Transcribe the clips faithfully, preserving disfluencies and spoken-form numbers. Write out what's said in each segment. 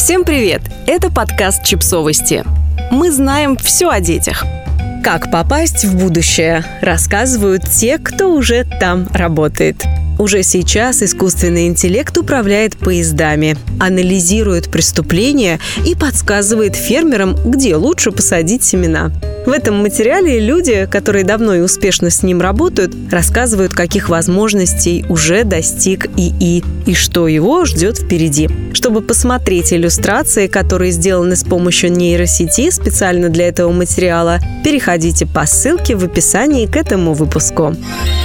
Всем привет! Это подкаст «Чипсовости». Мы знаем все о детях. Как попасть в будущее, рассказывают те, кто уже там работает. Уже сейчас искусственный интеллект управляет поездами, анализирует преступления и подсказывает фермерам, где лучше посадить семена. В этом материале люди, которые давно и успешно с ним работают, рассказывают, каких возможностей уже достиг ИИ и что его ждет впереди. Чтобы посмотреть иллюстрации, которые сделаны с помощью нейросети специально для этого материала, переходите по ссылке в описании к этому выпуску.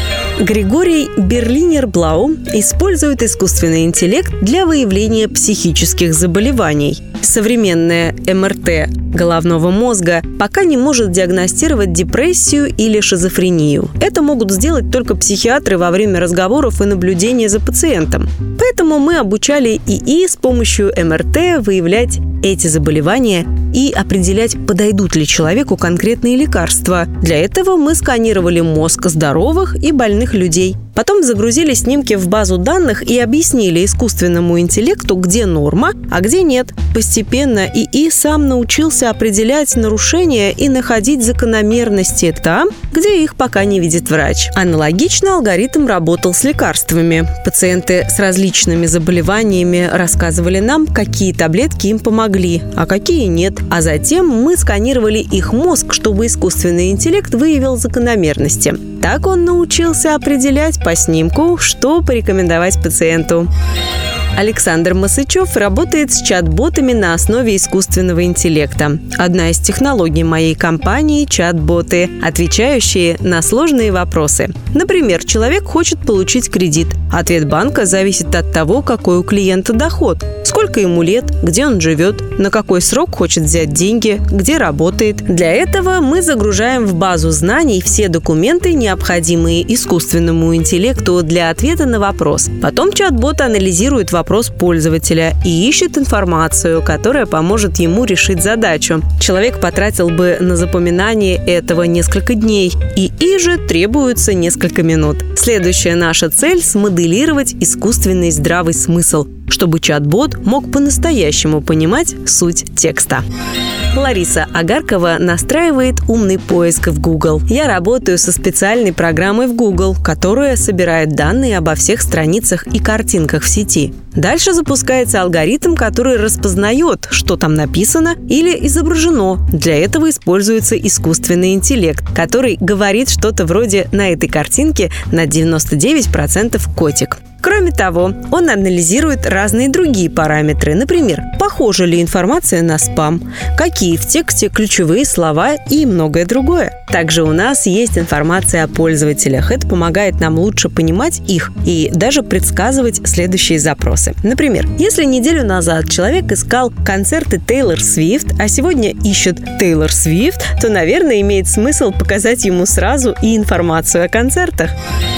Григорий Берлинер-Блау использует искусственный интеллект для выявления психических заболеваний. Современная эм эр тэ головного мозга пока не может диагностировать депрессию или шизофрению. Это могут сделать только психиатры во время разговоров и наблюдения за пациентом. Поэтому мы обучали ИИ с помощью эм эр тэ выявлять эти заболевания и определять, подойдут ли человеку конкретные лекарства. Для этого мы сканировали мозг здоровых и больных людей. Потом загрузили снимки в базу данных и объяснили искусственному интеллекту, где норма, а где нет. Постепенно ИИ сам научился определять нарушения и находить закономерности там, где их пока не видит врач. Аналогично алгоритм работал с лекарствами. Пациенты с различными заболеваниями рассказывали нам, какие таблетки им помогли, а какие нет. А затем мы сканировали их мозг, чтобы искусственный интеллект выявил закономерности. Так он научился определять по снимку, что порекомендовать пациенту. Александр Масычев работает с чат-ботами на основе искусственного интеллекта. Одна из технологий моей компании – чат-боты, отвечающие на сложные вопросы. Например, человек хочет получить кредит. Ответ банка зависит от того, какой у клиента доход, сколько ему лет, где он живет, на какой срок хочет взять деньги, где работает. Для этого мы загружаем в базу знаний все документы, необходимые искусственному интеллекту для ответа на вопрос. Потом чат-бот анализирует вопрос вопрос пользователя и ищет информацию, которая поможет ему решить задачу. Человек потратил бы на запоминание этого несколько дней, ИИ же требуется несколько минут. Следующая наша цель – смоделировать искусственный здравый смысл, чтобы чат-бот мог по-настоящему понимать суть текста. Лариса Агаркова настраивает умный поиск в Google. Я работаю со специальной программой в Google, которая собирает данные обо всех страницах и картинках в сети. Дальше запускается алгоритм, который распознает, что там написано или изображено. Для этого используется искусственный интеллект, который говорит что-то вроде «на этой картинке на девяносто девять процентов котик». Кроме того, он анализирует разные другие параметры, например, похожа ли информация на спам, какие в тексте ключевые слова и многое другое. Также у нас есть информация о пользователях. Это помогает нам лучше понимать их и даже предсказывать следующие запросы. Например, если неделю назад человек искал концерты Тейлор Свифт, а сегодня ищет Тейлор Свифт, то, наверное, имеет смысл показать ему сразу и информацию о концертах.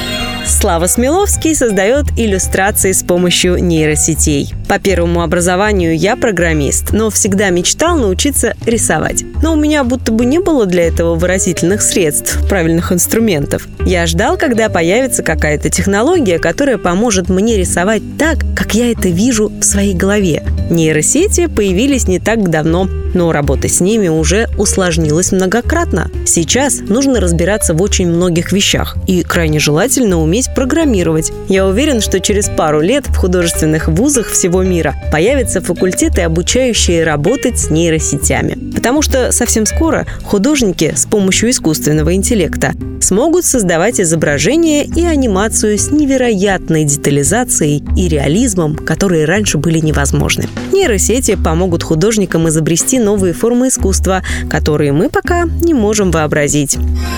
Слава Смеловский создает иллюстрации с помощью нейросетей. По первому образованию я программист, но всегда мечтал научиться рисовать. Но у меня будто бы не было для этого выразительных средств, правильных инструментов. Я ждал, когда появится какая-то технология, которая поможет мне рисовать так, как я это вижу в своей голове. Нейросети появились не так давно, но работа с ними уже усложнилась многократно. Сейчас нужно разбираться в очень многих вещах и крайне желательно уметь программировать. Я уверен, что через пару лет в художественных вузах всего мира появятся факультеты, обучающие работать с нейросетями. Потому что совсем скоро художники с помощью искусственного интеллекта смогут создавать изображения и анимацию с невероятной детализацией и реализмом, которые раньше были невозможны. Нейросети помогут художникам изобрести новые формы искусства, которые мы пока не можем вообразить.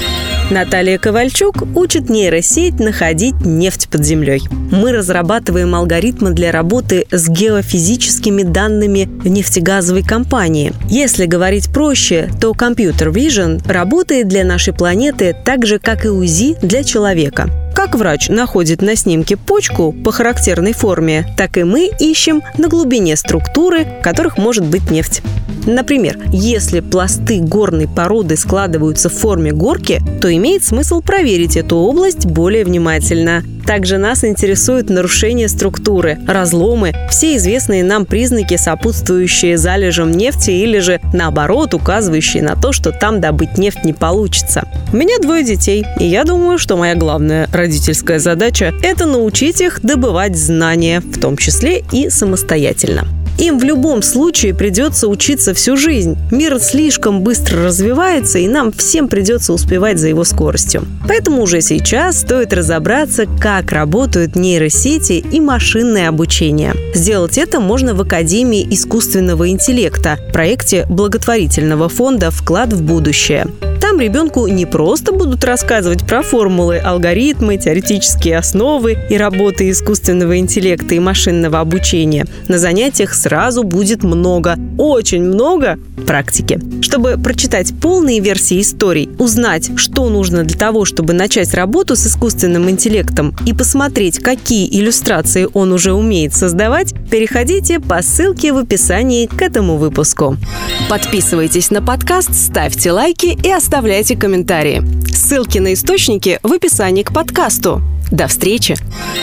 Наталья Ковальчук учит нейросеть находить нефть под землей. Мы разрабатываем алгоритмы для работы с геофизическими данными в нефтегазовой компании. Если говорить проще, то компьютер Vision работает для нашей планеты так же, как и УЗИ для человека. Как врач находит на снимке почку по характерной форме, так и мы ищем на глубине структуры, в которых может быть нефть. Например, если пласты горной породы складываются в форме горки, то имеет смысл проверить эту область более внимательно. Также нас интересует нарушение структуры, разломы, все известные нам признаки, сопутствующие залежам нефти или же, наоборот, указывающие на то, что там добыть нефть не получится. У меня двое детей, и я думаю, что моя главная родительская задача – это научить их добывать знания, в том числе и самостоятельно. Им в любом случае придется учиться всю жизнь. Мир слишком быстро развивается, и нам всем придется успевать за его скоростью. Поэтому уже сейчас стоит разобраться, как работают нейросети и машинное обучение. Сделать это можно в Академии искусственного интеллекта, проекте благотворительного фонда «Вклад в будущее». Там ребенку не просто будут рассказывать про формулы, алгоритмы, теоретические основы и работы искусственного интеллекта и машинного обучения. На занятиях сразу будет много, очень много практики. Чтобы прочитать полные версии историй, узнать, что нужно для того, чтобы начать работу с искусственным интеллектом и посмотреть, какие иллюстрации он уже умеет создавать, переходите по ссылке в описании к этому выпуску. Подписывайтесь на подкаст, ставьте лайки и оставляйте комментарии. Ссылки на источники в описании к подкасту. До встречи!